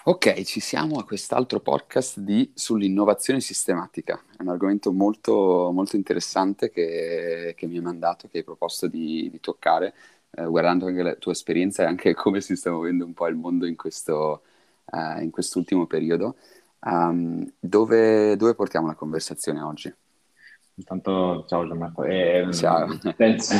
Ok, ci siamo a quest'altro podcast sull'innovazione sistematica. È un argomento molto, molto interessante che mi hai mandato, che hai proposto di toccare, guardando anche la tua esperienza e anche come si sta muovendo un po' il mondo in quest'ultimo periodo. Dove portiamo la conversazione oggi? Intanto, ciao Gianmarco. Ciao. Penso-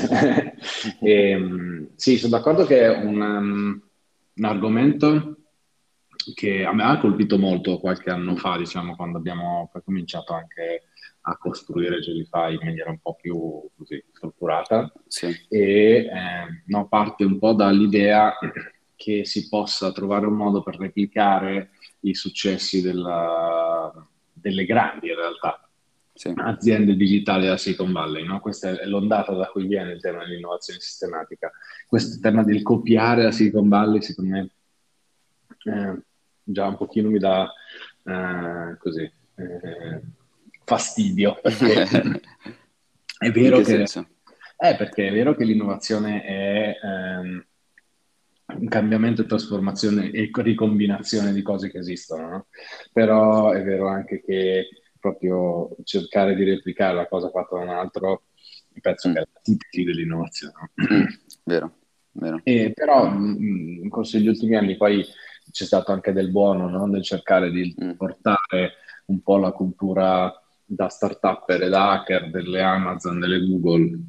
sì, sono d'accordo che è un argomento che a me ha colpito molto qualche anno fa, diciamo, quando abbiamo poi cominciato anche a costruire Gelify in maniera un po' più così strutturata. Sì, No, parte un po' dall'idea che si possa trovare un modo per replicare i successi delle grandi, in realtà, sì. aziende digitali della Silicon Valley, no? Questa è l'ondata da cui viene il tema dell'innovazione sistematica. Questo tema del copiare la Silicon Valley, secondo me, già un pochino mi dà così fastidio, perché è In vero che che, senso? perché è vero che l'innovazione è un cambiamento e trasformazione e ricombinazione di cose che esistono, no? Però è vero anche che proprio cercare di replicare la cosa fatta da un altro, penso che Mm, è la sintesi dell'innovazione. No? vero, vero. Però nel corso degli ultimi anni poi c'è stato anche del buono, no? Nel cercare di Mm, portare un po' la cultura da start-upper e da hacker delle Amazon, delle Google,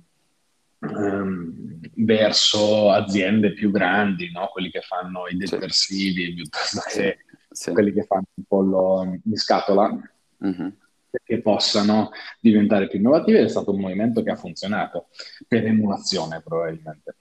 verso aziende più grandi, no? Quelli che fanno i sì, detersivi piuttosto sì, che sì. quelli che fanno il pollo in scatola, Mhm. perché possano diventare più innovativi. Ed è stato un movimento che ha funzionato per emulazione, probabilmente.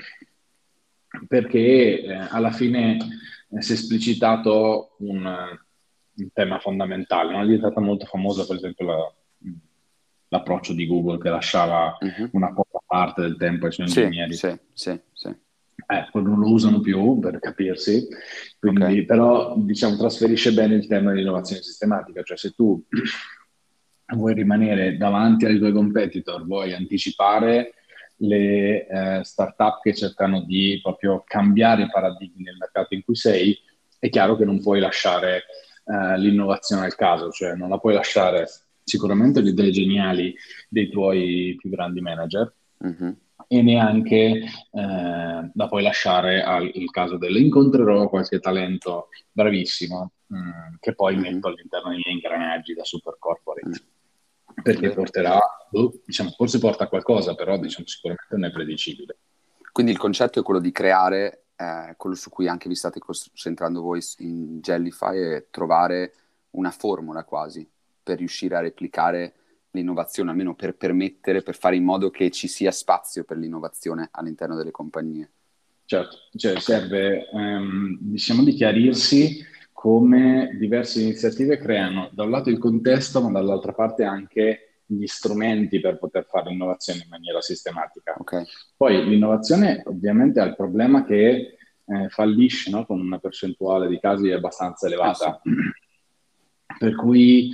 Perché alla fine si è esplicitato un tema fondamentale. Non è diventata molto famosa, per esempio, l'approccio di Google che lasciava Mhm. una quota parte del tempo ai suoi Sì, ingegneri. sì, sì, sì. Ecco, non lo usano più per capirsi, Ok. quindi però diciamo trasferisce bene il tema dell'innovazione sistematica, cioè se tu vuoi rimanere davanti ai tuoi competitor, vuoi anticipare le startup che cercano di proprio cambiare i paradigmi nel mercato in cui sei, è chiaro che non puoi lasciare l'innovazione al caso, cioè non la puoi lasciare sicuramente le idee geniali dei tuoi più grandi manager Mhm. e neanche la puoi lasciare al il caso delle incontrerò qualche talento bravissimo che poi Mhm. metto all'interno dei miei ingranaggi da super Mm. corporate perché Vero. porterà, diciamo, forse porta a qualcosa, però Mm. diciamo, sicuramente non è predicibile. Quindi il concetto è quello di creare, quello su cui anche vi state concentrando voi in Jellify, è trovare una formula quasi per riuscire a replicare l'innovazione, almeno per permettere, per fare in modo che ci sia spazio per l'innovazione all'interno delle compagnie. Certo, cioè Ok. serve, diciamo, di chiarirsi come diverse iniziative creano da un lato il contesto, ma dall'altra parte anche gli strumenti per poter fare innovazione in maniera sistematica. Ok. Poi l'innovazione ovviamente ha il problema che fallisce, no? Con una percentuale di casi abbastanza Sì. elevata, per cui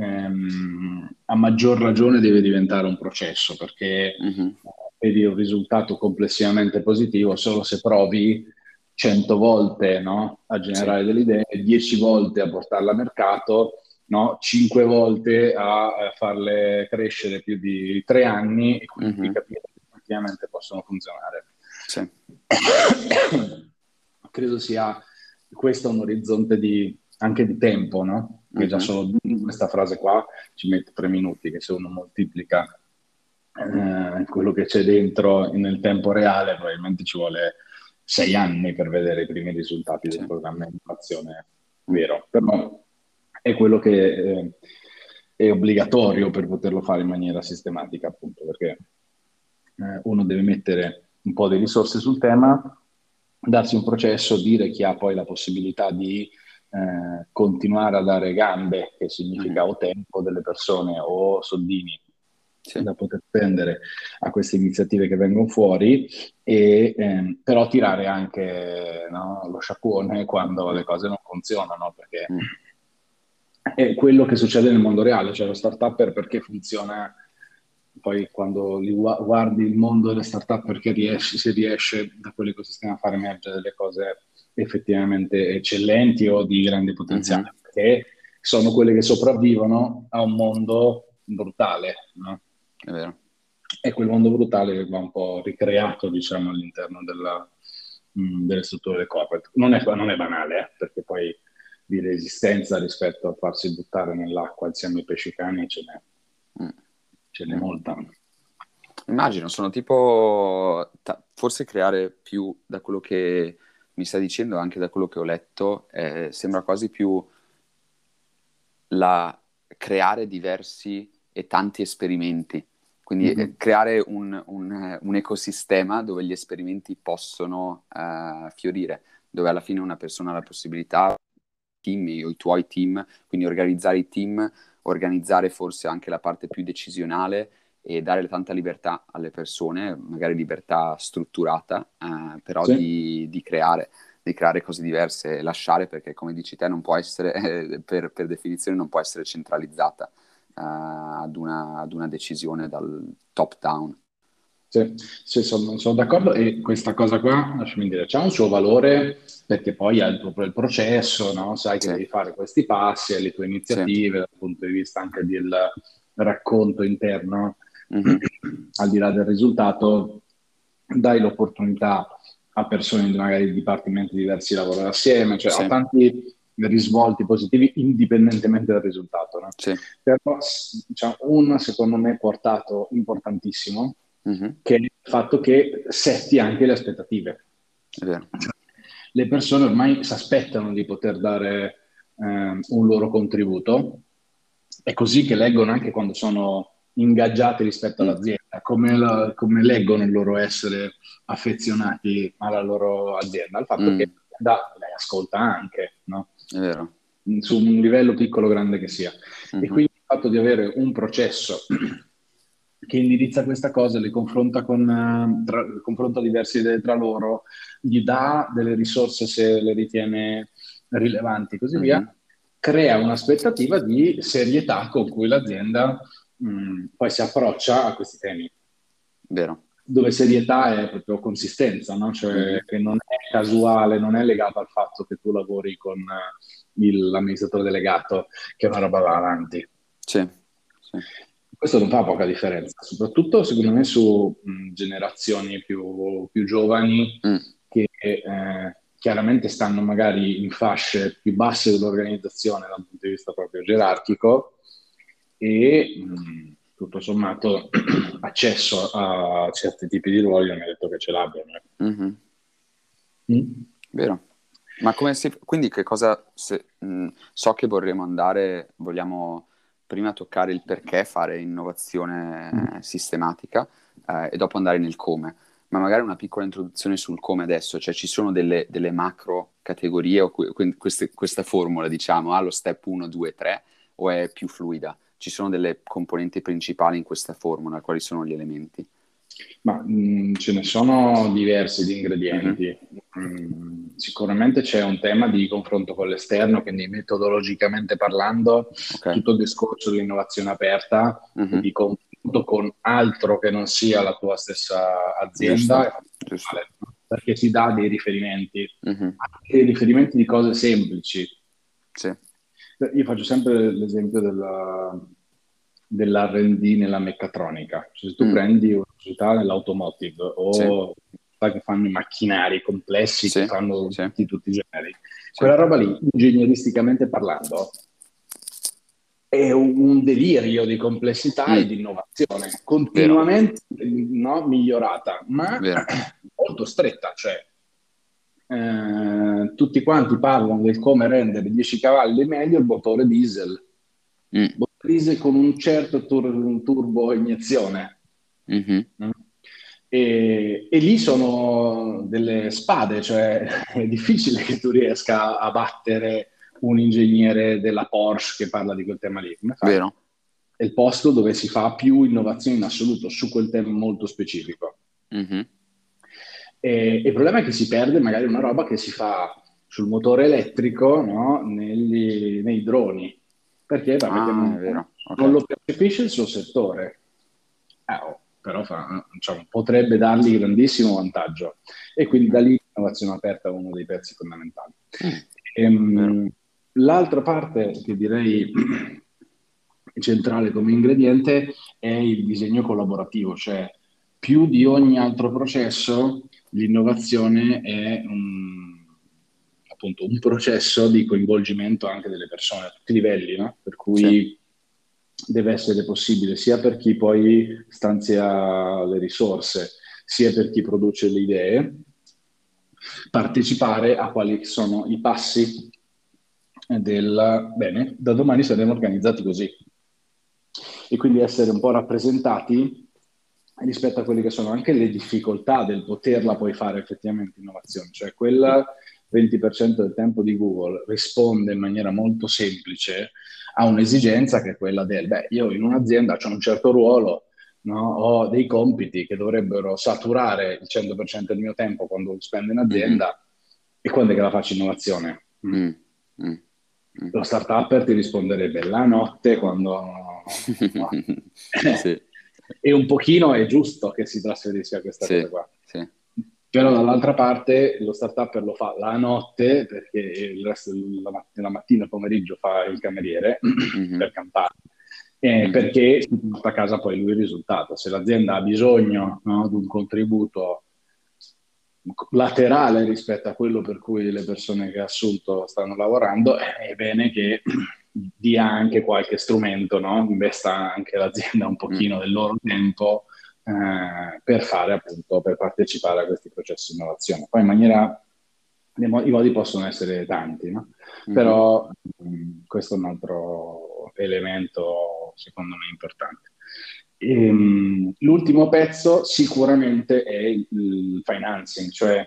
a maggior ragione deve diventare un processo, perché Mhm. vedi un risultato complessivamente positivo solo se provi 100 volte, no, a Sì. generare delle idee, 10 volte a portarle a mercato, no, 5 volte a farle crescere più di 3 anni e quindi Mhm. capire che effettivamente possono funzionare. Sì. Credo sia questo un orizzonte anche di tempo, no? Che già Mhm. solo questa frase qua ci mette 3 minuti, che se uno moltiplica quello che c'è dentro nel tempo reale, probabilmente ci vuole 6 anni per vedere i primi risultati del Sì. programma di innovazione Mm. vero. Però è quello che è obbligatorio per poterlo fare in maniera sistematica, appunto, perché uno deve mettere un po' di risorse sul tema, darsi un processo, dire chi ha poi la possibilità di continuare a dare gambe, che Mhm. significa o tempo delle persone o soldini Sì. da poter prendere a queste iniziative che vengono fuori, e però tirare anche, no, lo sciacquone quando le Mm. cose non funzionano, perché Mm. è quello che succede nel mondo reale, cioè lo startup perché funziona, poi quando guardi il mondo delle startup perché si riesce da quell'ecosistema a fare emergere delle cose effettivamente eccellenti o di grande Mhm. potenziale, perché sono quelle che sopravvivono a un mondo brutale, no? È vero. E quel mondo brutale va un po' ricreato, diciamo, all'interno delle strutture corporate. Non è banale, perché poi di resistenza rispetto a farsi buttare nell'acqua insieme ai pesci cani Mm. ce n'è Mm. molta. Immagino, sono tipo, forse creare più da quello che mi stai dicendo, anche da quello che ho letto, sembra quasi più la creare diversi e tanti esperimenti. Quindi Mhm. creare un ecosistema dove gli esperimenti possono fiorire, dove alla fine una persona ha la possibilità, team o i tuoi team, quindi organizzare i team, organizzare forse anche la parte più decisionale e dare tanta libertà alle persone, magari libertà strutturata, però Sì. di creare cose diverse e lasciare perché, come dici te, non può essere, per definizione, non può essere centralizzata ad una decisione dal top down. Sì, sì, sono d'accordo e questa cosa qua, lasciami dire, c'ha un suo valore perché poi hai proprio il processo, no? Sai che Sì, devi fare questi passi, hai le tue sì, iniziative dal punto di vista anche del racconto interno, mhm, al di là del risultato, dai l'opportunità a persone di magari dipartimenti diversi di lavorare assieme, cioè ha sì, tanti risvolti positivi indipendentemente dal risultato, no? sì, Però c'è un, secondo me, portato importantissimo, mhm, che è il fatto che setti anche le aspettative. è vero. Cioè, le persone ormai si aspettano di poter dare un loro contributo, è così che leggono anche quando sono ingaggiati rispetto Mm, all'azienda, come leggono il loro essere affezionati alla loro azienda, al fatto che mm, l'azienda lei ascolta anche, no? è vero. Su un livello piccolo o grande che sia. E Mhm, quindi il fatto di avere un processo che indirizza questa cosa, le confronta confronta diverse idee tra loro, gli dà delle risorse se le ritiene rilevanti e così via, mhm, crea un'aspettativa di serietà con cui l'azienda poi si approccia a questi temi, vero. dove serietà è proprio consistenza, no? Cioè Mhm, che non è casuale, non è legato al fatto che tu lavori con l'amministratore delegato, che una roba va avanti. sì, sì. Questo non fa poca differenza, soprattutto secondo me su generazioni più giovani Mm, che chiaramente stanno magari in fasce più basse dell'organizzazione dal punto di vista proprio gerarchico e tutto sommato accesso a certi tipi di ruoli non è detto che ce l'abbiano. mhm, Mm? vero. Ma come si... Quindi che cosa... so che vorremmo andare, vogliamo prima toccare il perché fare innovazione sistematica e dopo andare nel come. Ma magari una piccola introduzione sul come adesso, cioè ci sono delle macro categorie o questa formula, diciamo, lo step 1, 2, 3 o è più fluida? Ci sono delle componenti principali in questa formula, quali sono gli elementi? Ma ce ne sono diversi di Mhm, ingredienti. Sicuramente c'è un tema di confronto con l'esterno, quindi metodologicamente parlando, ok. tutto il discorso dell'innovazione aperta e Mhm, di confronto con altro che non sia la tua stessa azienda giusto, è giusto. fondamentale, no? Perché ti dà dei riferimenti, Mhm, anche dei riferimenti di cose semplici. sì. Io faccio sempre l'esempio dell'R&D nella meccatronica. Cioè, se tu Mm, prendi una società nell'automotive sì, o società che fanno i macchinari complessi, che sì, fanno sì, di tutti i generi, sì. quella roba lì, ingegneristicamente parlando, è un delirio di complessità e Mm, di innovazione, vero, continuamente no, migliorata, ma vero. molto stretta. Cioè, tutti quanti parlano del come rendere 10 cavalli meglio il motore diesel. Mm, Motore diesel con un certo turbo iniezione. mhm, No? E lì sono delle spade, cioè è difficile che tu riesca a battere un ingegnere della Porsche che parla di quel tema lì. Come fai? vero. È il posto dove si fa più innovazione in assoluto su quel tema molto specifico. Mhm, E il problema è che si perde magari una roba che si fa sul motore elettrico, no? Nei droni. Perché? Beh, perché ah, non, è vero, non ok. lo percepisce il suo settore. Però potrebbe dargli grandissimo vantaggio. E quindi da Mhm, lì l'innovazione aperta è uno dei pezzi fondamentali. Vero. L'altra parte che direi centrale come ingrediente è il disegno collaborativo, cioè più di ogni altro processo, l'innovazione è appunto un processo di coinvolgimento anche delle persone a tutti i livelli, no? Per Sì. cui deve essere possibile sia per chi poi stanzia le risorse, sia per chi produce le idee, partecipare a quali sono i passi bene, da domani saremo organizzati così. E quindi essere un po' rappresentati rispetto a quelle che sono anche le difficoltà del poterla poi fare effettivamente innovazione. Cioè quella 20% del tempo di Google risponde in maniera molto semplice a un'esigenza che è quella io in un'azienda ho un certo ruolo, no? Ho dei compiti che dovrebbero saturare il 100% del mio tempo quando spendo in Mhm. azienda, e quando è che la faccio innovazione? Mm. Mm. Mm. Lo startupper ti risponderebbe la notte quando... Sì, E un pochino è giusto che si trasferisca a questa cosa sì, qua. sì. Però dall'altra parte lo startupper lo fa la notte perché il resto della mattina e pomeriggio fa il cameriere Mhm. per campare. Mhm. Perché si porta a casa poi lui il risultato. Se l'azienda ha bisogno, no, di un contributo laterale rispetto a quello per cui le persone che ha assunto stanno lavorando, è bene che dia anche qualche strumento, no? Investa anche l'azienda un Mm. pochino del loro tempo per fare appunto, per partecipare a questi processi di innovazione. Poi in maniera, i modi possono essere tanti, no? Mhm. Però questo è un altro elemento secondo me importante. L'ultimo pezzo sicuramente è il financing, cioè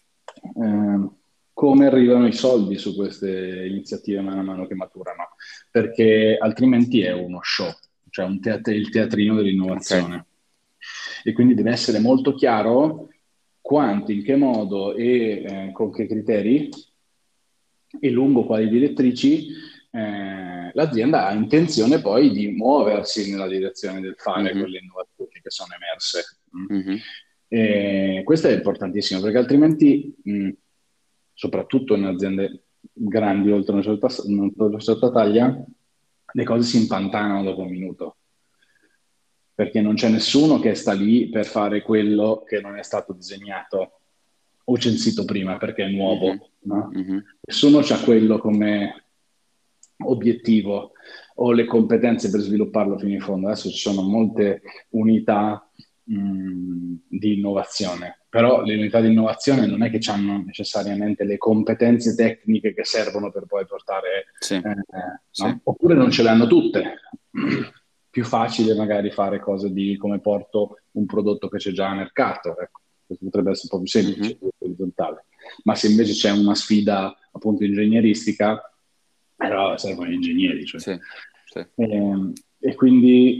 come arrivano i soldi su queste iniziative man mano che maturano, perché altrimenti è uno show, cioè il teatrino Ok. dell'innovazione. E quindi deve essere molto chiaro quanto, in che modo e con che criteri e lungo quali direttrici l'azienda ha intenzione poi di muoversi nella direzione del fare Mhm. quelle innovazioni che sono emerse. Mhm. E questo è importantissimo perché altrimenti, soprattutto in aziende grandi oltre una certa taglia, le cose si impantanano dopo un minuto perché non c'è nessuno che sta lì per fare quello che non è stato disegnato o censito prima perché è Mhm. nuovo, no? Mhm. Nessuno c'ha quello come obiettivo o le competenze per svilupparlo fino in fondo. Adesso ci sono molte unità di innovazione, però le unità di innovazione non è che hanno necessariamente le competenze tecniche che servono per poi portare, Sì, sì. no? Oppure non ce le hanno tutte. Più facile magari fare cose di come porto un prodotto che c'è già a mercato, ecco. Questo potrebbe essere un po' più semplice, Mhm. più orizzontale. Ma se invece c'è una sfida appunto ingegneristica, però servono gli ingegneri. Cioè. Sì, sì. E quindi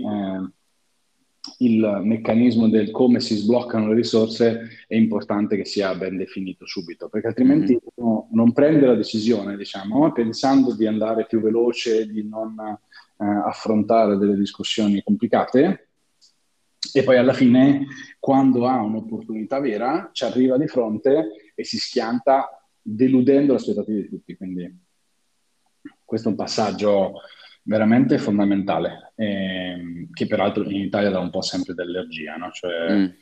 il meccanismo del come si sbloccano le risorse è importante che sia ben definito subito, perché Mhm. altrimenti uno non prende la decisione, diciamo, pensando di andare più veloce, di non affrontare delle discussioni complicate, e poi alla fine, quando ha un'opportunità vera, ci arriva di fronte e si schianta deludendo le aspettative di tutti. Quindi questo è un passaggio veramente fondamentale, che peraltro in Italia dà un po' sempre d'allergia, no? Cioè, Mm.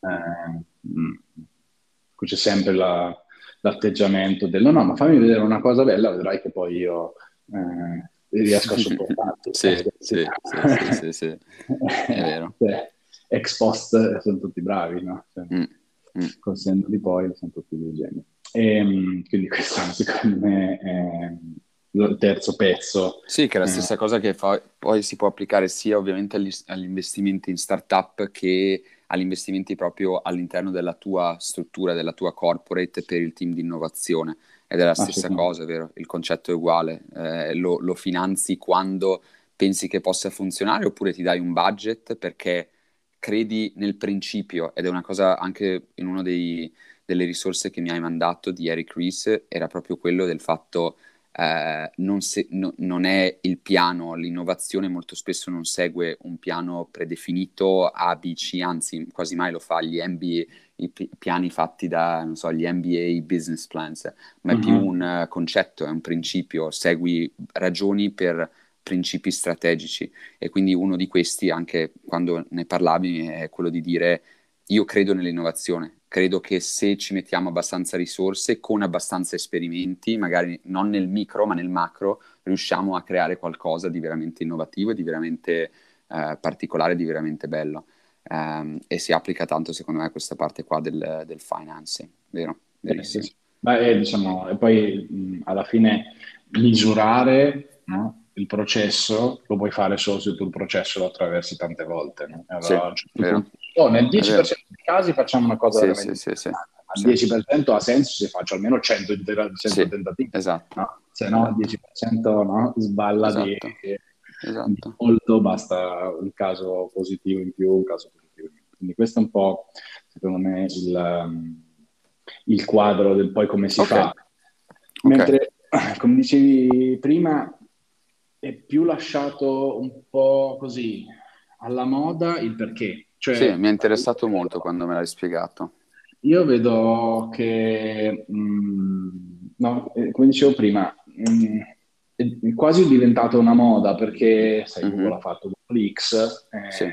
qui c'è sempre l'atteggiamento del no, no, ma fammi vedere una cosa bella, vedrai che poi io riesco a sopportarti. Sì, sì, sì, sì, sì, sì. È vero. Cioè, ex post sono tutti bravi, no? Cioè, Mm. Mm. col senno di poi sono tutti dei geni. Quindi questo secondo me è il terzo pezzo. Sì, che è la stessa cosa che poi si può applicare sia ovviamente agli investimenti in startup che agli investimenti proprio all'interno della tua struttura, della tua corporate per il team di innovazione. Ed è la stessa Assolutamente. cosa, vero? Il concetto è uguale. Lo finanzi quando pensi che possa funzionare oppure ti dai un budget perché credi nel principio, ed è una cosa anche in uno delle risorse che mi hai mandato di Eric Ries, era proprio quello del fatto non è il piano, l'innovazione molto spesso non segue un piano predefinito A, B, C, anzi quasi mai lo fa gli MBA, piani fatti da, non so, gli MBA business plans, ma è più Mhm. un concetto, è un principio, segui ragioni per principi strategici e quindi uno di questi, anche quando ne parlavi, è quello di dire io credo nell'innovazione, credo che se ci mettiamo abbastanza risorse, con abbastanza esperimenti, magari non nel micro ma nel macro, riusciamo a creare qualcosa di veramente innovativo, di veramente particolare, di veramente bello. E si applica tanto, secondo me, a questa parte qua del financing, vero? Sì, Verissimo. sì. Beh, diciamo, e poi alla fine misurare, no, il processo lo puoi fare solo se tu il processo lo attraversi tante volte, no? E Sì, allora a un certo vero, punto, nel è vero. 10% dei casi facciamo una cosa Sì, sì, veramente sì, sì, interessante, ma il sì, 10% ha senso se faccio almeno 100 sì, tentativi, esatto, no? Se no il esatto, 10% no, sballa esatto, di esatto. molto, basta un caso positivo in più, un caso positivo in meno. Quindi questo è un po', secondo me, il quadro del poi come si Ok, fa. ok. Mentre, come dicevi prima, è più lasciato un po' così alla moda il perché. Sì, Cioè, mi è interessato molto quando me l'hai spiegato. io vedo che, no, come dicevo prima, è quasi diventato una moda perché, sai, Google ha Mhm. fatto Google X, Sì,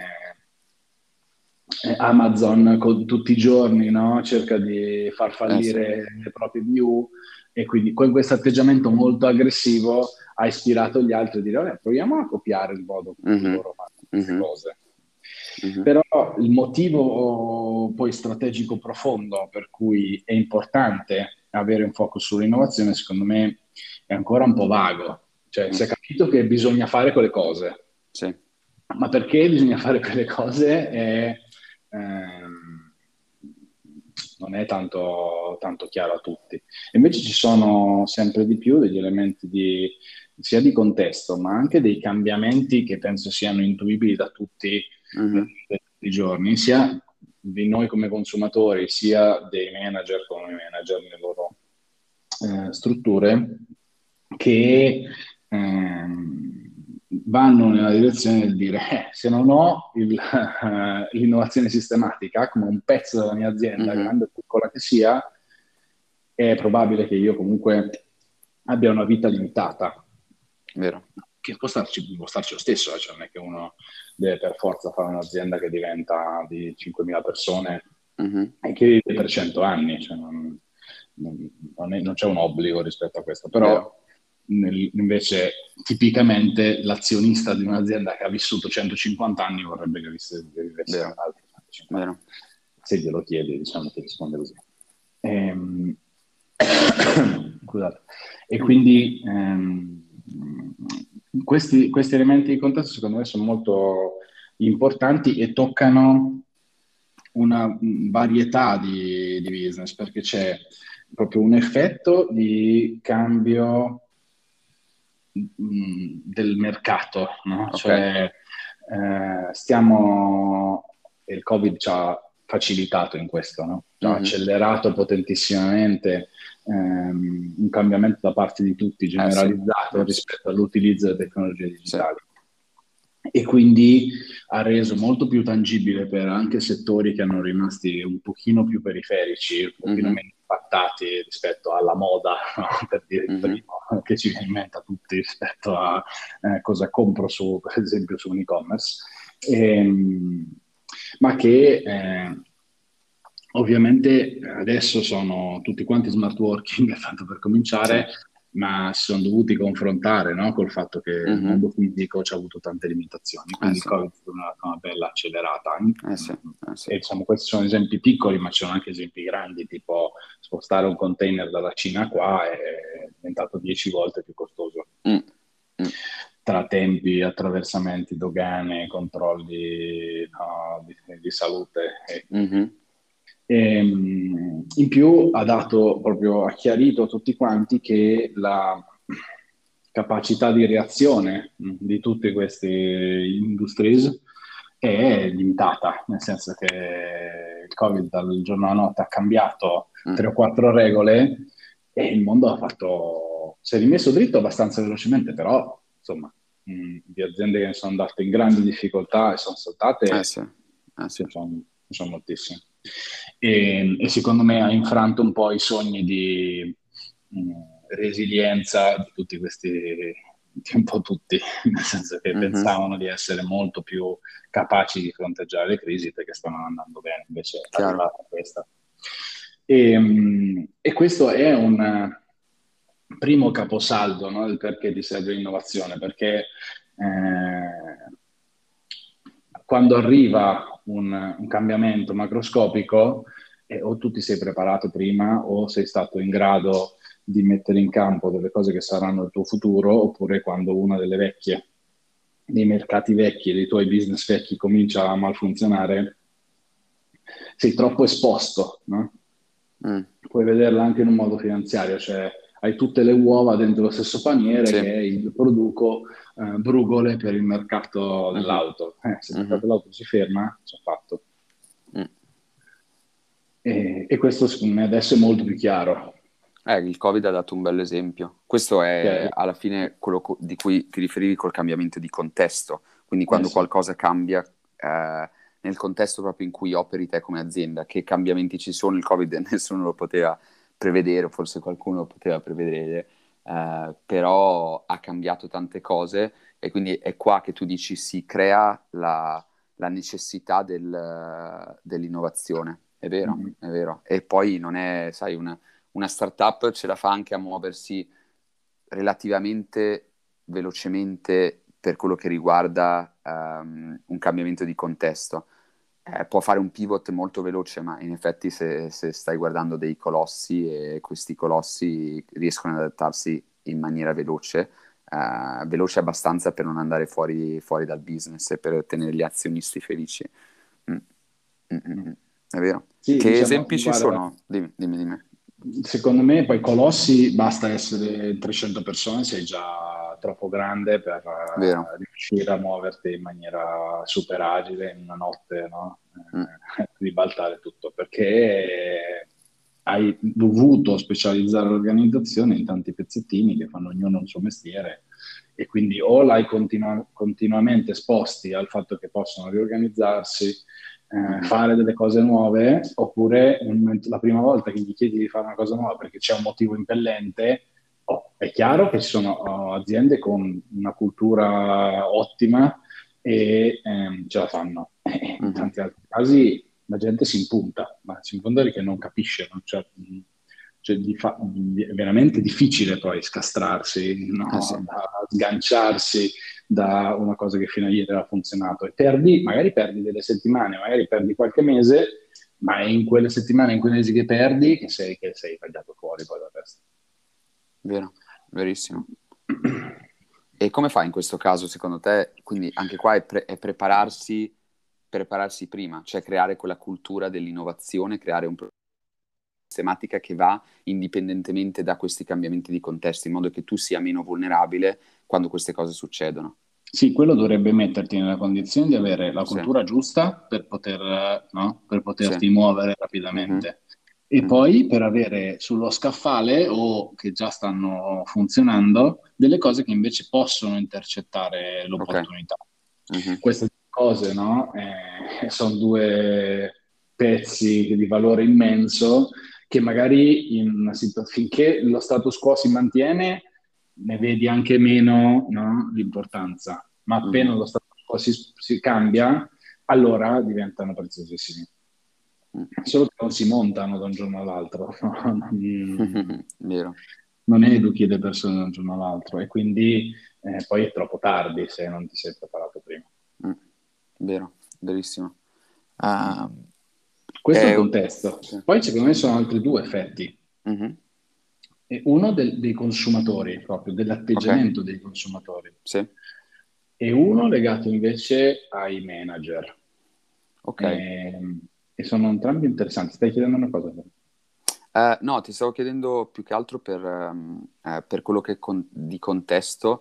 Amazon tutti i giorni, no? Cerca di far sì. fallire le proprie view e quindi con questo atteggiamento molto aggressivo ha ispirato gli altri a dire, vabbè, proviamo a copiare il modo con cui Mhm. loro fanno queste Mhm. cose. Mhm. Però il motivo poi strategico profondo per cui è importante avere un focus sull'innovazione, secondo me, è ancora un po' vago. Cioè, Mm. si è capito che bisogna fare quelle cose, Sì. ma perché bisogna fare quelle cose ehm, non è tanto chiaro a tutti. E invece ci sono sempre di più degli elementi sia di contesto, ma anche dei cambiamenti che penso siano intuibili da tutti Mhm. tutti i giorni, sia di noi come consumatori, sia dei manager come manager nelle loro strutture, che vanno nella direzione del dire se non ho l'innovazione sistematica come un pezzo della mia azienda, Mhm. grande o piccola che sia, è probabile che io comunque abbia una vita limitata, Vero. che può starci lo stesso, cioè non è che uno deve per forza fare un'azienda che diventa di 5.000 persone Mhm. e che vive per 100 anni, cioè non c'è un obbligo rispetto a questo, però Vero. invece tipicamente l'azionista di un'azienda che ha vissuto 150 anni vorrebbe che vivesse Vero. altri 150. Vero. Se glielo chiedi, diciamo che risponde così. Ehm, Scusate. E Mm. quindi questi elementi di contesto secondo me sono molto importanti e toccano una varietà di business perché c'è proprio un effetto di cambio del mercato, no? Ok. Cioè, e il Covid ci ha facilitato in questo, no? Ci ha Mhm. accelerato potentissimamente un cambiamento da parte di tutti Sì. generalizzato Sì. rispetto all'utilizzo delle tecnologie Sì. digitali e quindi ha reso molto più tangibile per anche settori che erano rimasti un pochino più periferici, un pochino Mhm. meno impattati rispetto alla moda, no? Per dire il Mhm. primo, che ci viene in mente a tutti rispetto a cosa compro per esempio su un e-commerce. Ma che ovviamente adesso sono tutti quanti smart working, tanto per Sì. cominciare, ma si sono dovuti confrontare, no, col fatto che il Mhm. mondo fisico ci ha avuto tante limitazioni, quindi il Sì. Covid è stata una bella accelerata. Sì. Sì. E diciamo, questi sono esempi piccoli, ma ci sono anche esempi grandi, tipo spostare un container dalla Cina qua è diventato 10 volte più costoso Mm. Mm. tra tempi, attraversamenti, dogane, controlli no, di salute. Mhm. In più ha chiarito a tutti quanti che la capacità di reazione di tutte queste industries è limitata, nel senso che il Covid dal giorno alla notte ha cambiato Mm. tre o quattro regole e il mondo ha fatto si è rimesso dritto abbastanza velocemente, però insomma, di aziende che ne sono andate in grandi difficoltà e sono saltate, Sì, sì. ce ne sono moltissime. E secondo me ha infranto un po' i sogni di resilienza di tutti questi, di un po' tutti, nel senso che Mhm. pensavano di essere molto più capaci di fronteggiare le crisi perché stavano andando bene, invece è Chiaro. arrivata questa. E questo è un primo caposaldo, no, del perché ti serve l'innovazione, perché quando arriva un cambiamento macroscopico, o tu ti sei preparato prima o sei stato in grado di mettere in campo delle cose che saranno il tuo futuro, oppure quando una delle vecchie, dei mercati vecchi e dei tuoi business vecchi comincia a malfunzionare, sei troppo esposto, no? Mm. Puoi vederla anche in un modo finanziario, cioè hai tutte le uova dentro lo stesso paniere Sì. che è il produco brugole per il mercato Mhm. dell'auto. Se il mercato Mhm. dell'auto si ferma, c'è fatto. Mm. E questo secondo me adesso è molto più chiaro. Il Covid ha dato un bel esempio. Questo è Cioè, alla fine quello di cui ti riferivi col cambiamento di contesto. Quindi quando sì. qualcosa cambia, nel contesto proprio in cui operi te come azienda, che cambiamenti ci sono, il Covid nessuno lo poteva prevedere, o forse qualcuno lo poteva prevedere, però ha cambiato tante cose e quindi è qua che tu dici si crea la necessità dell'innovazione. È vero, Mm-hmm. è vero. E poi non è, sai, una startup ce la fa anche a muoversi relativamente velocemente per quello che riguarda un cambiamento di contesto. Può fare un pivot molto veloce, ma in effetti se stai guardando dei colossi e questi colossi riescono ad adattarsi in maniera veloce, veloce abbastanza per non andare fuori dal business e per tenere gli azionisti felici. Mm, mm, mm, mm. È vero. Sì, Che diciamo, esempi ci guarda, sono? Dimmi, dimmi, dimmi. secondo me poi Colossi basta essere 300 persone, sei già troppo grande per Vero. riuscire a muoverti in maniera super agile in una notte, no? Mm, Ribaltare tutto, perché hai dovuto specializzare l'organizzazione in tanti pezzettini che fanno ognuno il suo mestiere e quindi o l'hai continuamente esposti al fatto che possono riorganizzarsi, mhm. fare delle cose nuove, oppure la prima volta che gli chiedi di fare una cosa nuova perché c'è un motivo impellente, è chiaro che ci sono aziende con una cultura ottima e ce la fanno. In Mhm. tanti altri casi la gente si impunta, ma si impunta perché non capisce, no? È veramente difficile poi scastrarsi, Sì. no? Da sganciarsi da una cosa che fino a ieri aveva funzionato e magari perdi delle settimane, magari perdi qualche mese, ma è in quelle settimane, in quei mesi che perdi che sei tagliato fuori poi da testa. Vero, verissimo. E come fai in questo caso, secondo te? Quindi anche qua è prepararsi prima, cioè creare quella cultura dell'innovazione, creare un sistematica che va indipendentemente da questi cambiamenti di contesto, in modo che tu sia meno vulnerabile quando queste cose succedono. Sì, quello dovrebbe metterti nella condizione di avere la Sì, cultura giusta per no? Per sì. poterti muovere Mhm, rapidamente. E mhm. poi per avere sullo scaffale o che già stanno funzionando delle cose che invece possono intercettare Ok. l'opportunità. Mhm, Queste cose, no? Sono due pezzi di valore immenso che magari finché lo status quo si mantiene ne vedi anche meno, no, l'importanza, ma mhm, appena lo status quo si cambia, allora diventano preziosissimi. mm. Solo che non si montano da un giorno all'altro, no? Vero. Non educhi le persone da un giorno all'altro e quindi poi è troppo tardi se non ti sei preparato prima. Mm. Vero, verissimo. Ah, Questo è il contesto. sì. Poi secondo me sono altri due effetti. Mhm. Uno dei consumatori, proprio Ok, dell'atteggiamento dei consumatori, sì, e uno legato invece ai manager. ok. E sono entrambi interessanti. Stai chiedendo una cosa? No, ti stavo chiedendo più che altro per quello che di contesto,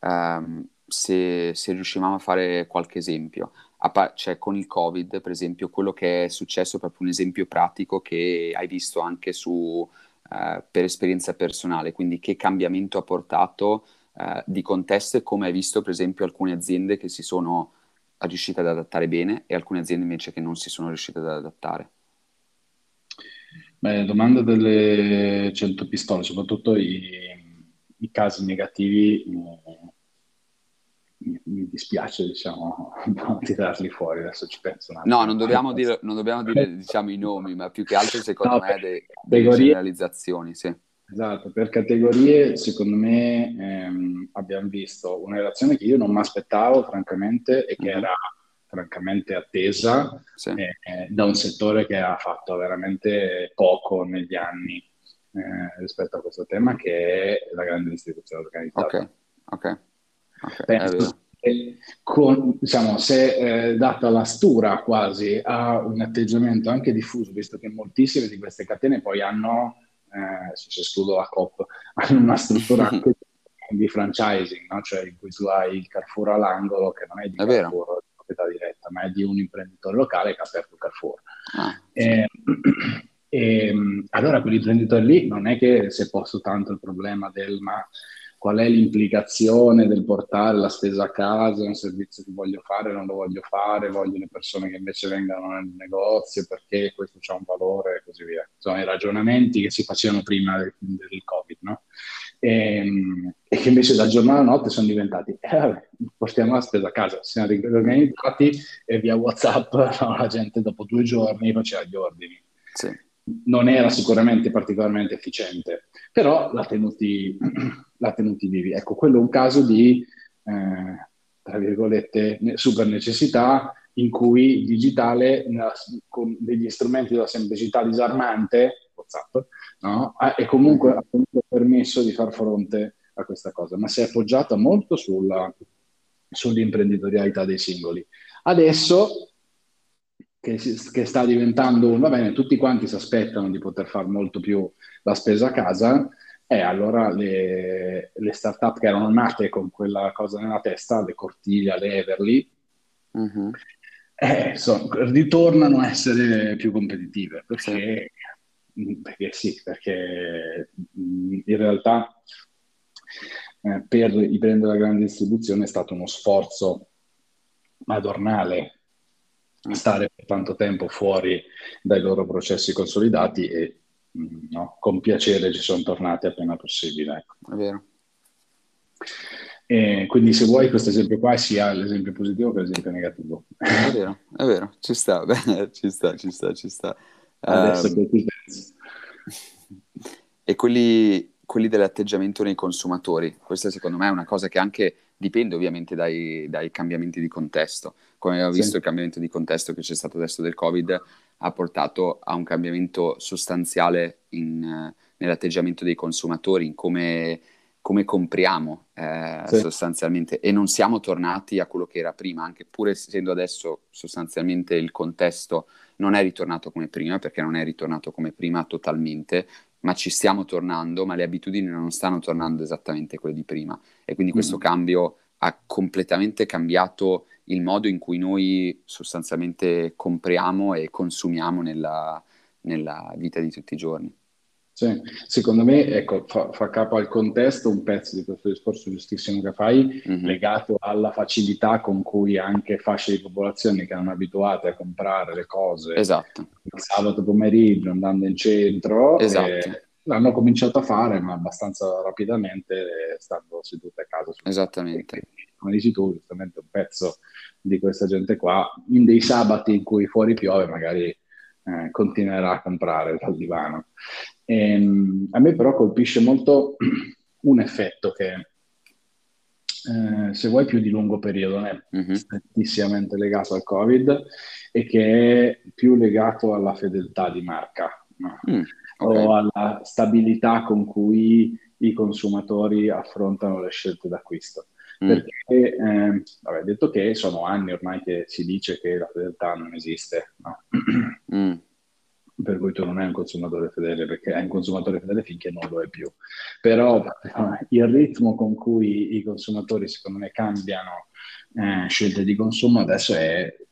se riuscivamo a fare qualche esempio. Cioè, con il Covid, per esempio, quello che è successo, proprio un esempio pratico che hai visto anche per esperienza personale, quindi che cambiamento ha portato di contesto e come hai visto per esempio alcune aziende che si sono riuscite ad adattare bene e alcune aziende invece che non si sono riuscite ad adattare. Beh, domanda delle 100 pistole, soprattutto i casi negativi, mi dispiace, diciamo, non tirarli fuori, adesso ci penso un No, attimo. non dobbiamo dire, diciamo, i nomi, ma più che altro, secondo No, me, per delle categorie, generalizzazioni, sì. esatto, per categorie, secondo me abbiamo visto una relazione che io non mi aspettavo, francamente, e che Mhm, era francamente attesa sì, da un settore che ha fatto veramente poco negli anni rispetto a questo tema, che è la grande distribuzione ok, organizzata. ok, ok, è Penso vero. che diciamo, se data la stura quasi a un atteggiamento anche diffuso, visto che moltissime di queste catene poi hanno, se escludo la Coop, hanno una struttura anche di franchising, no? Cioè in cui tu hai il Carrefour all'angolo che non è di È vero. Carrefour di proprietà diretta, ma è di un imprenditore locale che ha aperto il Carrefour. Ah, sì. E, allora quell'imprenditore lì non è che si è posto tanto il problema del ma qual è l'implicazione del portare la spesa a casa, è un servizio che voglio fare, non lo voglio fare, voglio le persone che invece vengano nel negozio perché questo ha un valore e così via. Sono i ragionamenti che si facevano prima del Covid, no? E che invece dal giorno alla notte sono diventati, vabbè, portiamo la spesa a casa, si siamo riorganizzati e via WhatsApp no, la gente dopo 2 giorni faceva gli ordini. Sì. Non era sicuramente particolarmente efficiente, però l'ha tenuti vivi. Ecco, quello è un caso di, tra virgolette, super necessità in cui il digitale, con degli strumenti della semplicità disarmante, WhatsApp, no? Ha Mhm. comunque permesso di far fronte a questa cosa, ma si è appoggiata molto sull'imprenditorialità dei singoli. Adesso che sta diventando va bene, tutti quanti si aspettano di poter fare molto più la spesa a casa, e allora le start-up che erano nate con quella cosa nella testa, le Cortiglia, le Everly, Mhm. ritornano a essere più competitive, Sì. perché sì, perché in realtà per i brand della grande distribuzione è stato uno sforzo madornale Mm. stare per tanto tempo fuori dai loro processi consolidati e no, con piacere ci sono tornati appena possibile. Ecco. È vero. E quindi se vuoi questo esempio qua sia l'esempio positivo che l'esempio negativo. È vero, ci sta, beh, ci sta, ci sta, ci sta. Adesso Ehm, che ti pensi? e quelli dell'atteggiamento nei consumatori, questa secondo me è una cosa che anche dipende ovviamente dai cambiamenti di contesto. Come abbiamo Sì. visto, il cambiamento di contesto che c'è stato adesso del Covid ha portato a un cambiamento sostanziale nell'atteggiamento dei consumatori, in come compriamo Sì. sostanzialmente, e non siamo tornati a quello che era prima, anche pur essendo adesso sostanzialmente il contesto non è ritornato come prima, perché non è ritornato come prima totalmente, ma ci stiamo tornando, ma le abitudini non stanno tornando esattamente quelle di prima. E quindi questo Mm. cambio ha completamente cambiato il modo in cui noi sostanzialmente compriamo e consumiamo nella vita di tutti i giorni. Sì, secondo me, ecco, fa capo al contesto un pezzo di questo discorso giustissimo che fai, Mhm. legato alla facilità con cui anche fasce di popolazione che erano abituate a comprare le cose Esatto, il sabato pomeriggio andando in centro, esatto, l'hanno cominciato a fare, ma abbastanza rapidamente, stando sedute a casa sul divano. E esattamente. quindi, come dici tu, giustamente un pezzo di questa gente qua, in dei sabati in cui fuori piove, magari continuerà a comprare dal divano. A me però colpisce molto un effetto che, se vuoi, più di lungo periodo, non è Mhm. strettissimamente legato al Covid e che è più legato alla fedeltà di marca, no? Mm, ok. O alla stabilità con cui i consumatori affrontano le scelte d'acquisto. Mm, Perché, vabbè, detto che sono anni ormai che si dice che la fedeltà non esiste, no? mm, Per cui tu non hai un consumatore fedele, perché hai un consumatore fedele finché non lo è più. Però il ritmo con cui i consumatori, secondo me, cambiano scelte di consumo adesso è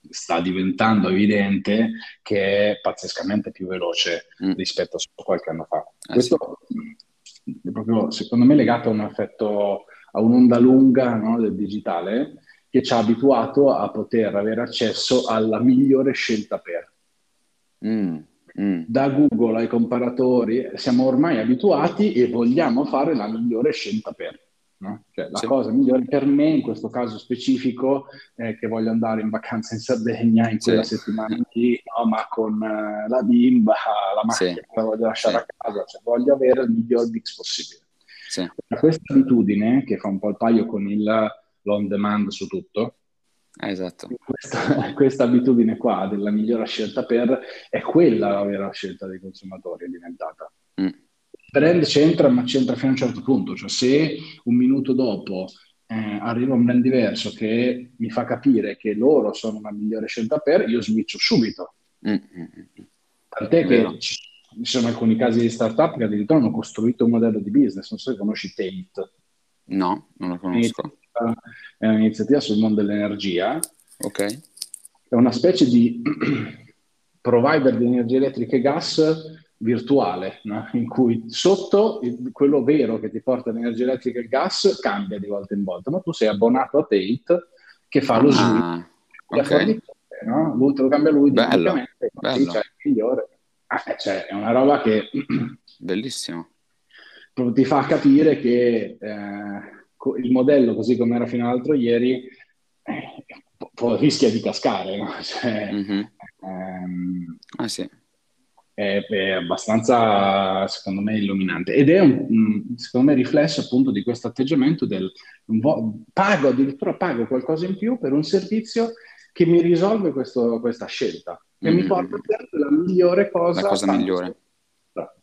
sta diventando evidente che è pazzescamente più veloce Mm. rispetto a solo qualche anno fa. Sì. Questo è proprio, secondo me, legato a un effetto, a un'onda lunga, no, del digitale che ci ha abituato a poter avere accesso alla migliore scelta per. Mm. Mm. Da Google ai comparatori siamo ormai abituati e vogliamo fare la migliore scelta per. No? Cioè, la Sì. cosa migliore per me in questo caso specifico è che voglio andare in vacanza in Sardegna in quella Sì. settimana lì, no? Ma con la bimba, la Sì. macchina la voglio lasciare Sì. a casa, cioè, voglio avere il miglior mix possibile. Sì. Questa abitudine, che fa un po' il paio con l'on demand su tutto, Esatto. questa abitudine qua della migliore scelta per è quella la vera scelta dei consumatori, è diventata. Mm. Il brand c'entra, ma c'entra fino a un certo punto, cioè se un minuto dopo arriva un brand diverso che mi fa capire che loro sono una migliore scelta per, io switcho subito. Mm. Mm. Mm. Tant'è che Vero. ci sono alcuni casi di startup che addirittura hanno costruito un modello di business, non so se conosci Tate. No, non lo conosco. È un'iniziativa sul mondo dell'energia, Ok. è una specie di provider di energia elettrica e gas virtuale, no? In cui sotto quello vero che ti porta l'energia elettrica e il gas cambia di volta in volta, ma tu sei abbonato a Tate che fa lo switch Ah, da ok. fornitore, no? Lui te lo cambia lui Bello, dinamicamente, così c'è bello, il migliore. Cioè, è una roba che bellissimo. proprio ti fa capire che il modello, così come era fino all'altro ieri, rischia di cascare, no? Cioè, Mhm. ehm, Ah sì. è abbastanza, secondo me, illuminante. Ed è, secondo me, riflesso appunto di questo atteggiamento del pago, addirittura pago qualcosa in più per un servizio che mi risolve questa scelta, che Mm, mi mm, porta mm. a fare la migliore La cosa, cosa tanto migliore. sopra.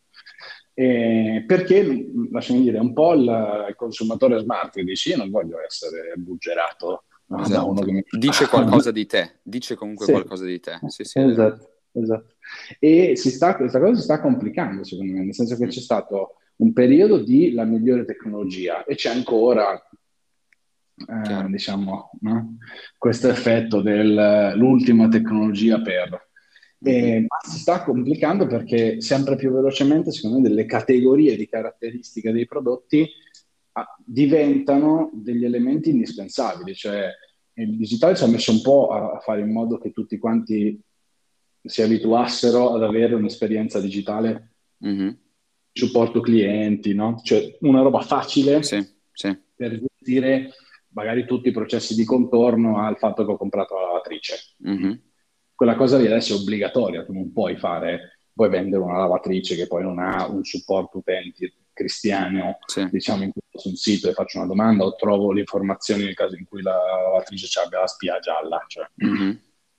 Perché, lasciami dire, un po' il consumatore smart che dice io non voglio essere buggerato, no, da uno che Esatto. mi... Dice qualcosa di te, dice comunque Sì, qualcosa di te. Sì, sì, è vero. esatto, esatto. E questa cosa si sta complicando, secondo me, nel senso che Mm. c'è stato un periodo di la migliore tecnologia e c'è ancora, Chiaro. diciamo, no? Questo effetto dell'ultima tecnologia per. Mhm. Ma si sta complicando perché sempre più velocemente, secondo me, delle categorie di caratteristiche dei prodotti diventano degli elementi indispensabili, cioè il digitale ci ha messo un po' a fare in modo che tutti quanti si abituassero ad avere un'esperienza digitale, Mhm. supporto clienti, no? Cioè una roba facile Sì, sì. per gestire magari tutti i processi di contorno al fatto che ho comprato la lavatrice. Mhm. Quella cosa lì adesso è obbligatoria, tu non puoi vendere una lavatrice che poi non ha un supporto utenti cristiano, Sì. diciamo, in cui vado su un sito e faccio una domanda o trovo le informazioni nel caso in cui la lavatrice abbia la spia gialla. Cioè, Mhm.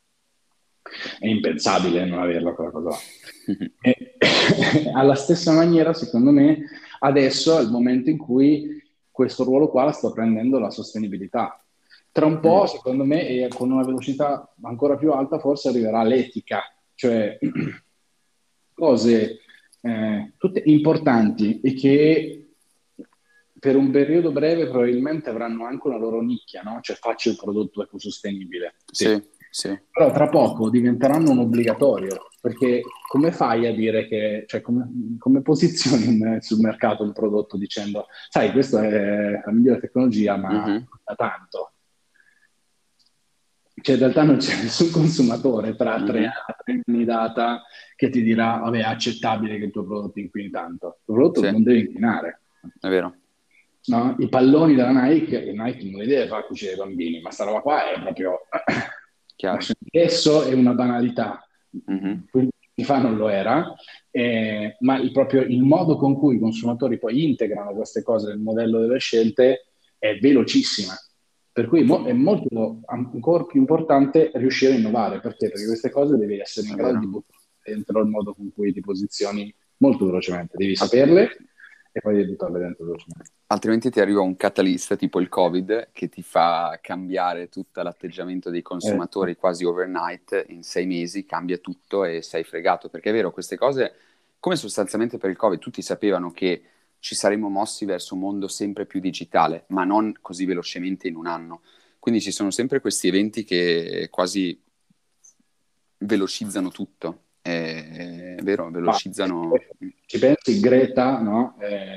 è impensabile non averla quella cosa là. Mhm. E, alla stessa maniera, secondo me, adesso è il momento in cui questo ruolo qua la sta prendendo la sostenibilità. Tra un po', Mm. secondo me, e con una velocità ancora più alta, forse arriverà l'etica, cioè cose tutte importanti e che per un periodo breve probabilmente avranno anche una loro nicchia, no? Cioè faccio il prodotto ecosostenibile, sì. Sì, sì. Però tra poco diventeranno un obbligatorio, perché come fai a dire che, cioè come posizioni sul mercato un prodotto dicendo, sai, questa è la migliore tecnologia, ma Mhm. costa tanto. Cioè, in realtà non c'è nessun consumatore tra tre Mhm. anni data che ti dirà, vabbè, è accettabile che il tuo prodotto inquini tanto. Il tuo prodotto Sì, non deve inquinare. è vero. No? I palloni della Nike, e Nike non li deve far cucire ai bambini, ma sta roba qua è proprio... Chiaro. Adesso è una banalità, Mhm. 15 anni fa non lo era, ma proprio il modo con cui i consumatori poi integrano queste cose nel modello delle scelte è velocissima. Per cui è molto ancora più importante riuscire a innovare. Perché? Perché queste cose devi essere in È grado di vero. buttare dentro il modo con cui ti posizioni molto velocemente. Devi Al- saperle e poi devi buttarle dentro velocemente. Altrimenti ti arriva un catalista tipo il Covid che ti fa cambiare tutto l'atteggiamento dei Sì. consumatori quasi overnight, in 6 mesi cambia tutto e sei fregato. Perché è vero, queste cose, come sostanzialmente per il Covid, tutti sapevano che ci saremmo mossi verso un mondo sempre più digitale, ma non così velocemente in un anno. Quindi ci sono sempre questi eventi che quasi velocizzano tutto, è vero, Ma velocizzano... ci pensi, Greta, no?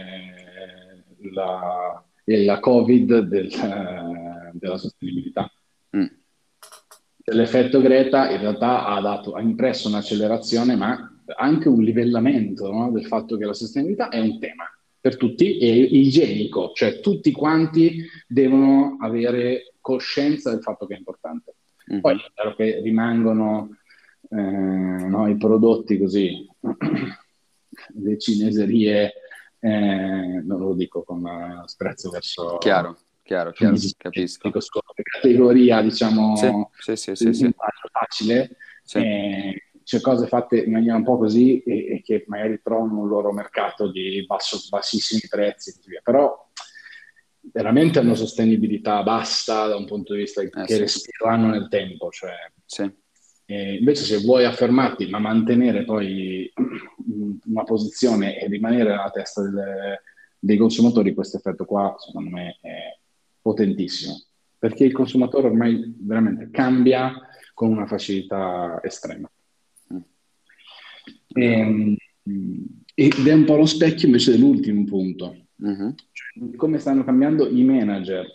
È la Covid della sostenibilità. Mm, L'effetto Greta in realtà ha impresso un'accelerazione, ma anche un livellamento, no? Del fatto che la sostenibilità è un tema per tutti e igienico, cioè tutti quanti devono avere coscienza del fatto che è importante. Poi mhm. è chiaro che rimangono no, i prodotti così, le cineserie, non lo dico con sprezzo verso Chiaro, chiaro, i chiaro, musicisti, capisco. dico solo categoria, Sì, diciamo, sì, sì, di sì, sì, linguaggio facile, sì, c'è cose fatte in maniera un po' così e che magari trovano un loro mercato di bassissimi prezzi e così via, però veramente hanno sostenibilità bassa da un punto di vista che sì, respirano nel tempo, cioè sì, invece se vuoi affermarti ma mantenere poi una posizione e rimanere alla testa dei consumatori, questo effetto qua secondo me è potentissimo, perché il consumatore ormai veramente cambia con una facilità estrema. mm, è vero. E, ed è un po' lo specchio invece dell'ultimo punto, Mhm, cioè di come stanno cambiando i manager.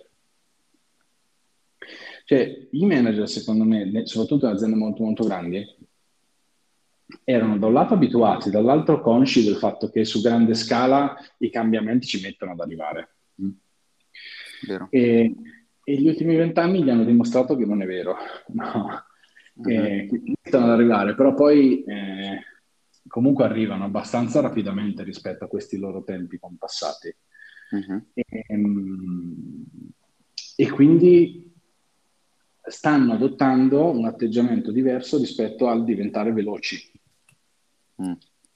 Cioè, i manager, secondo me, soprattutto in aziende molto, molto grandi, erano da un lato abituati, dall'altro consci del fatto che su grande scala i cambiamenti ci mettono ad arrivare. vero. E, e gli ultimi 20 anni gli hanno dimostrato che non è vero, no? Mhm, Che iniziano ad arrivare, però poi comunque arrivano abbastanza rapidamente rispetto a questi loro tempi compassati. mhm, Ehm, E, quindi stanno adottando un atteggiamento diverso rispetto al diventare veloci. mm,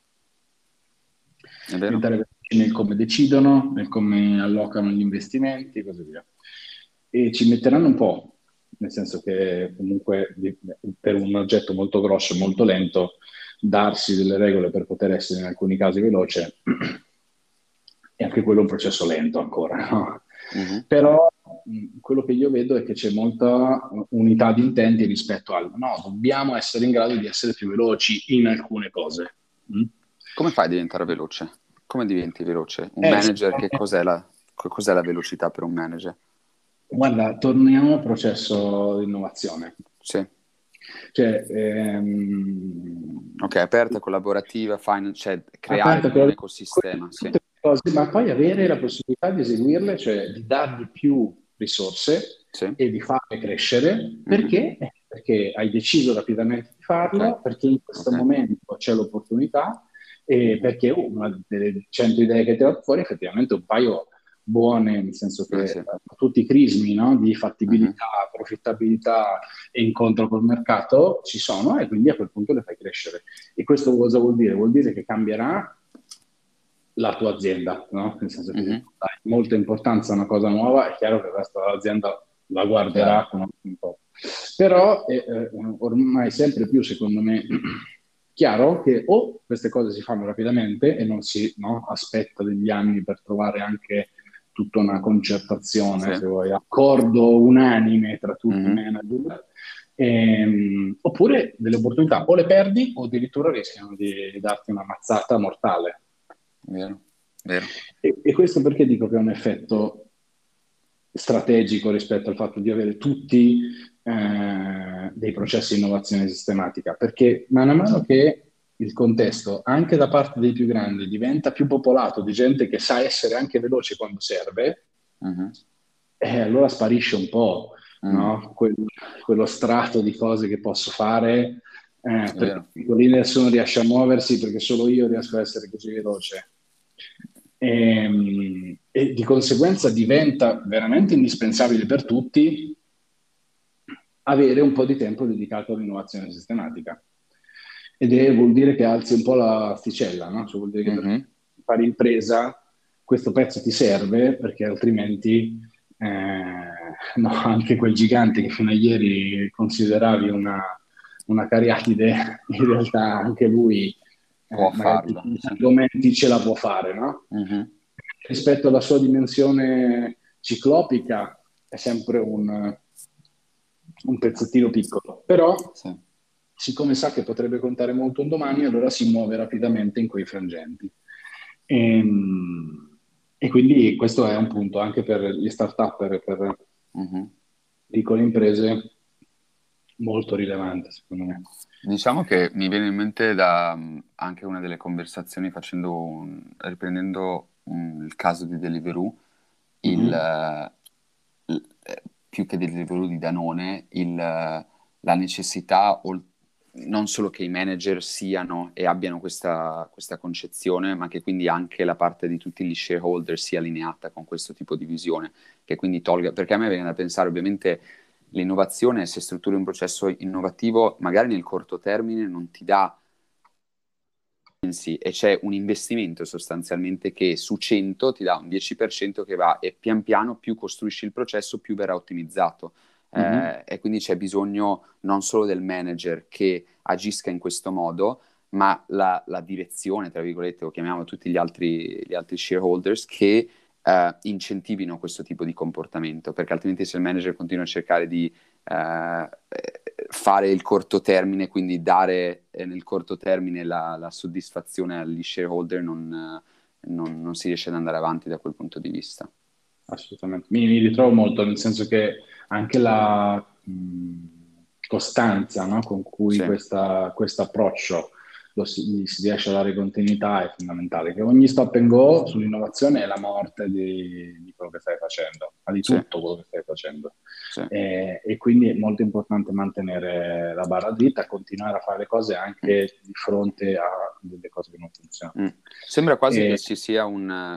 è vero. Diventare veloci nel come decidono, nel come allocano gli investimenti e così via. E ci metteranno un po', nel senso che comunque per un oggetto molto grosso e molto lento, darsi delle regole per poter essere in alcuni casi veloce è anche quello un processo lento ancora, no? Mhm. Però quello che io vedo è che c'è molta unità di intenti rispetto al no, dobbiamo essere in grado di essere più veloci in alcune cose. Mm? Come fai a diventare veloce? Come diventi veloce? Un Sì, manager, che cos'è la velocità per un manager? guarda, torniamo al processo di innovazione. Sì. Cioè, Ok, aperta, collaborativa, cioè creare aperta proprio un per ecosistema, sì. tutte le cose, ma poi avere la possibilità di eseguirle, cioè di dargli più risorse Sì. e di farle crescere. Mhm. Perché? Perché hai deciso rapidamente di Ok, farlo, perché in questo ok. momento c'è l'opportunità e Mhm. perché una delle 100 idee che ti ho fuori effettivamente un paio buone, nel senso che Sì. tutti i crismi, no, di Mhm. fattibilità, profittabilità e incontro col mercato ci sono e quindi a quel punto le fai crescere. E questo cosa vuol dire? Vuol dire che cambierà la tua azienda, no? Nel senso che se Mhm. tu dai molta importanza a una cosa nuova, è chiaro che il resto dell'azienda la guarderà Chiaro. con un po'. Però è ormai sempre più, secondo me, chiaro che o queste cose si fanno rapidamente e non si no, aspetta degli anni per trovare anche tutta una Sì. concertazione, se vuoi, accordo unanime tra tutti i Mhm. manager, oppure delle opportunità o le perdi o addirittura rischiano di darti una mazzata mortale. Vero, vero. E questo perché dico che è un effetto strategico rispetto al fatto di avere tutti dei processi di innovazione sistematica, perché man mano che il contesto, anche da parte dei più grandi, diventa più popolato di gente che sa essere anche veloce quando serve, Mhm. allora sparisce un po', Mm, no? Quello strato di cose che posso fare, è perché vero. lì nessuno riesce a muoversi, perché solo io riesco a essere così veloce. E di conseguenza diventa veramente indispensabile per tutti avere un po' di tempo dedicato all'innovazione sistematica. Vuol dire che alzi un po' l'asticella, no? Cioè vuol dire che per Mhm. fare impresa questo pezzo ti serve perché altrimenti no, anche quel gigante che fino a ieri consideravi una cariatide, in realtà anche lui Può magari farlo, in sì. argomenti ce la può fare, no? Mhm. Rispetto alla sua dimensione ciclopica è sempre un pezzettino piccolo, però Sì. siccome sa che potrebbe contare molto un domani, allora si muove rapidamente in quei frangenti. E quindi questo è un punto anche per gli start-up, per Mhm. piccole imprese, molto rilevante, secondo me. Diciamo che mi viene in mente da anche una delle conversazioni riprendendo il caso di Deliveroo, il, Mhm, più che Deliveroo di Danone, la necessità, non solo che i manager siano e abbiano questa concezione, ma che quindi anche la parte di tutti gli shareholder sia allineata con questo tipo di visione, che quindi tolga, perché a me viene da pensare ovviamente l'innovazione, se strutturi un processo innovativo, magari nel corto termine non ti dà e c'è un investimento sostanzialmente che su 100 ti dà un 10% che va e pian piano più costruisci il processo, più verrà ottimizzato. mhm. E quindi c'è bisogno non solo del manager che agisca in questo modo, ma la direzione, tra virgolette, o chiamiamo tutti gli altri shareholders che incentivino questo tipo di comportamento, perché altrimenti se il manager continua a cercare di fare il corto termine, quindi dare nel corto termine la soddisfazione agli shareholder, non si riesce ad andare avanti da quel punto di vista. Assolutamente. Mi ritrovo molto, nel senso che anche la costanza, no, con cui Sì, questo approccio si riesce a dare continuità è fondamentale. Che ogni stop and go sull'innovazione è la morte di quello che stai facendo, ma di sì, tutto quello che stai facendo. sì. E quindi è molto importante mantenere la barra dritta, continuare a fare le cose Mm, anche di fronte a delle cose che non funzionano. mm. Sembra quasi che E, ci sia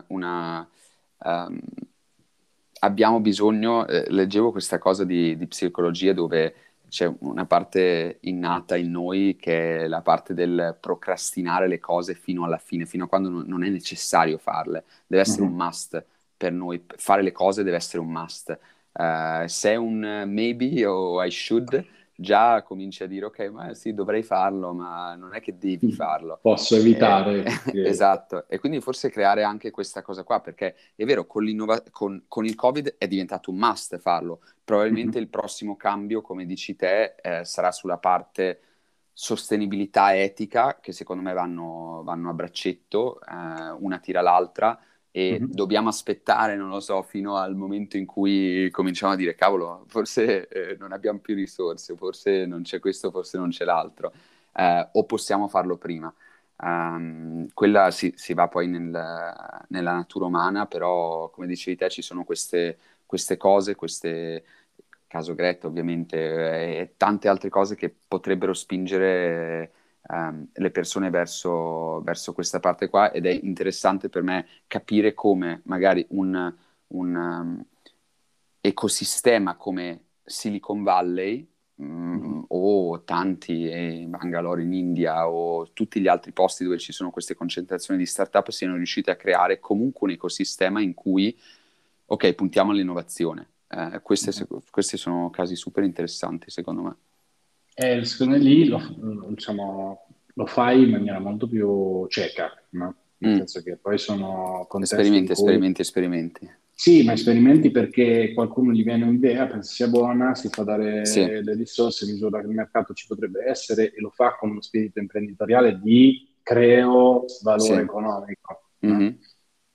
ehm, abbiamo bisogno, leggevo questa cosa di psicologia dove c'è una parte innata in noi che è la parte del procrastinare le cose fino alla fine, fino a quando non è necessario farle. Deve essere un mhm. must per noi, fare le cose deve essere un must. Se è un maybe o I should, già cominci a dire ok, ma sì, dovrei farlo, ma non è che devi farlo. Posso evitare perché... Esatto, e quindi forse creare anche questa cosa qua, perché è vero, con il Covid è diventato un must farlo. Probabilmente Mhm, il prossimo cambio, come dici te, sarà sulla parte sostenibilità etica, che secondo me vanno a braccetto, una tira l'altra, e mhm. dobbiamo aspettare, non lo so, fino al momento in cui cominciamo a dire, cavolo, forse non abbiamo più risorse, forse non c'è questo, forse non c'è l'altro, o possiamo farlo prima. Quella si va poi nella natura umana, però come dicevi te ci sono queste cose, caso Greta ovviamente, e tante altre cose che potrebbero spingere le persone verso questa parte qua ed è interessante per me capire come magari un ecosistema come Silicon Valley Mhm. o tanti Bangalore in India o tutti gli altri posti dove ci sono queste concentrazioni di startup siano riusciti a creare comunque un ecosistema in cui, ok, puntiamo all'innovazione. Questi sono casi super interessanti, secondo me. Secondo me lì diciamo, lo fai in maniera molto più cieca, no? Nel Mm. senso che poi sono contesti in Esperimenti, cui esperimenti, esperimenti. sì, ma esperimenti perché qualcuno gli viene un'idea, pensa sia buona, si fa Sì, dare le risorse, misura che il mercato ci potrebbe essere e lo fa con uno spirito imprenditoriale di creo valore sì. economico, no? Mhm,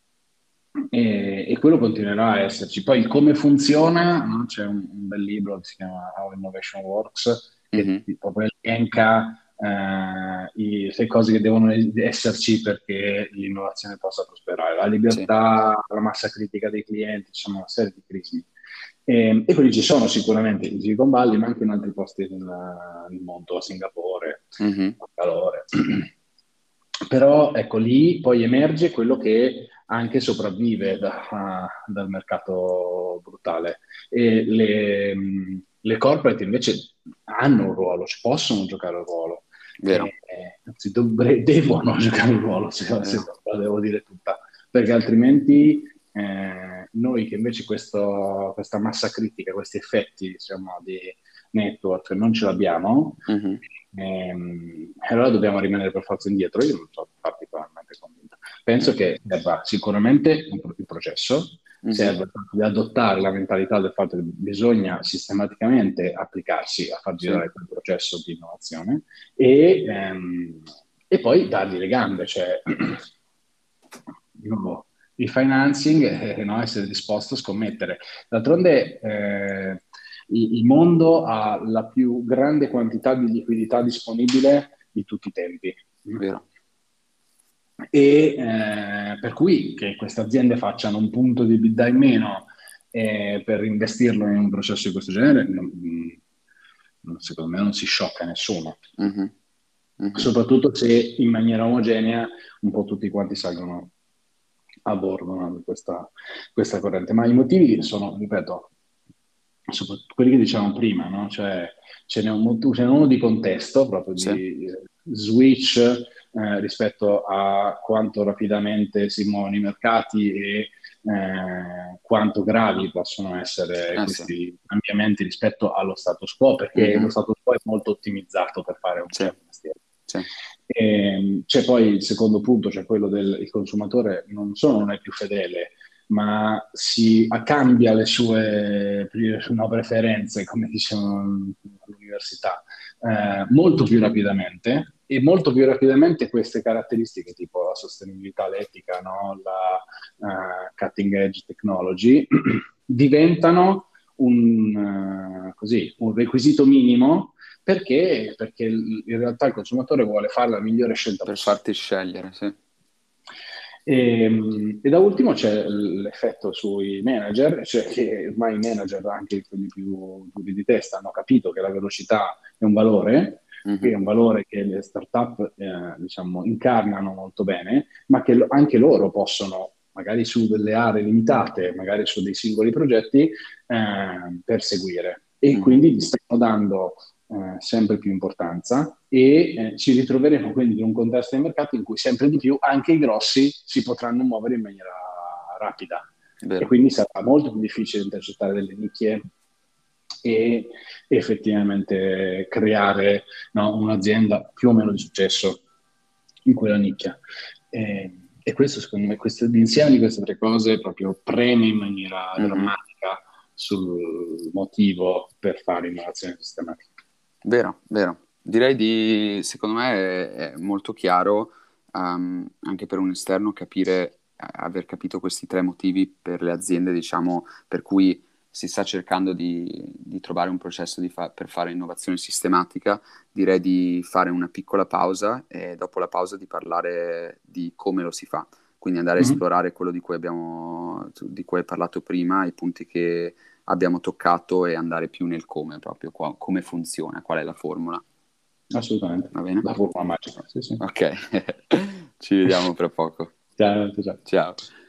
E quello continuerà a esserci. Poi il come funziona, no? C'è un bel libro che si chiama How Innovation Works, che mhm, proprio elenca le cose che devono esserci perché l'innovazione possa prosperare. La sì, libertà, la massa critica dei clienti, ci sono una serie di crismi. E quelli ci sono sicuramente in Silicon Valley, ma anche in altri posti nel mondo, a Singapore, mhm, a Calore. Però ecco lì poi emerge quello che anche sopravvive dal mercato brutale. E le corporate invece hanno un ruolo, ci possono giocare un ruolo, vero. anzi devono giocare un ruolo, se Eh, la devo dire tutta, perché altrimenti noi che invece questa massa critica, questi effetti diciamo, di network non ce l'abbiamo, mhm, allora dobbiamo rimanere per forza indietro. Io non sono particolarmente convinto. Penso mm, che debba sicuramente il processo, Mhm. serve proprio di adottare la mentalità del fatto che bisogna sistematicamente applicarsi a far Sì, girare quel processo di innovazione e poi dargli le gambe, cioè no, il financing, no, essere disposto a scommettere. D'altronde il mondo ha la più grande quantità di liquidità disponibile di tutti i tempi. vero. E per cui che queste aziende facciano un punto di EBITDA in meno per investirlo in un processo di questo genere, secondo me non si sciocca nessuno, Mhm. Mhm. soprattutto se in maniera omogenea un po' tutti quanti salgono a bordo, no, di questa corrente. Ma i motivi sono, ripeto, soprattutto quelli che dicevamo prima, no? Cioè ce n'è uno di contesto, proprio Sì, di switch rispetto a quanto rapidamente si muovono i mercati e quanto gravi possono essere sì. questi cambiamenti rispetto allo status quo, perché lo Mhm. status quo è molto ottimizzato per fare un Sì, certo mestiere. sì, C'è poi il secondo punto, cioè quello del il consumatore non solo non è più fedele, ma cambia le sue no, preferenze, come dicevano all'università, molto più rapidamente e molto più rapidamente queste caratteristiche tipo la sostenibilità, l'etica, no, la cutting edge technology diventano un requisito minimo perché in realtà il consumatore vuole fare la migliore scelta per possibile. farti scegliere, sì. E da ultimo c'è l'effetto sui manager, cioè che ormai i manager, anche quelli più duri di testa, hanno capito che la velocità è Mhm. un valore che le startup diciamo, incarnano molto bene, ma che anche loro possono, magari su delle aree limitate, magari su dei singoli progetti, perseguire. E Mhm. quindi gli stanno dando sempre più importanza e ci ritroveremo quindi in un contesto di mercato in cui sempre di più anche i grossi si potranno muovere in maniera rapida e Vero. quindi sarà molto più difficile intercettare delle nicchie e effettivamente creare, no, un'azienda più o meno di successo in quella nicchia. E questo, secondo me, l'insieme di queste tre cose proprio preme in maniera Mhm. drammatica sul motivo per fare innovazione sistematica. Vero, vero. Direi secondo me è molto chiaro, anche per un esterno capire, aver capito questi tre motivi per le aziende, diciamo, per cui si sta cercando di trovare un processo per fare innovazione sistematica. Direi di fare una piccola pausa e dopo la pausa di parlare di come lo si fa. Quindi andare a Mhm. esplorare quello di cui hai parlato prima, i punti che abbiamo toccato e andare più nel come proprio, come funziona, qual è la formula. Assolutamente, Va bene? la forma magica, sì, sì. Ok, ci vediamo fra poco. Ciao, ciao. Ciao.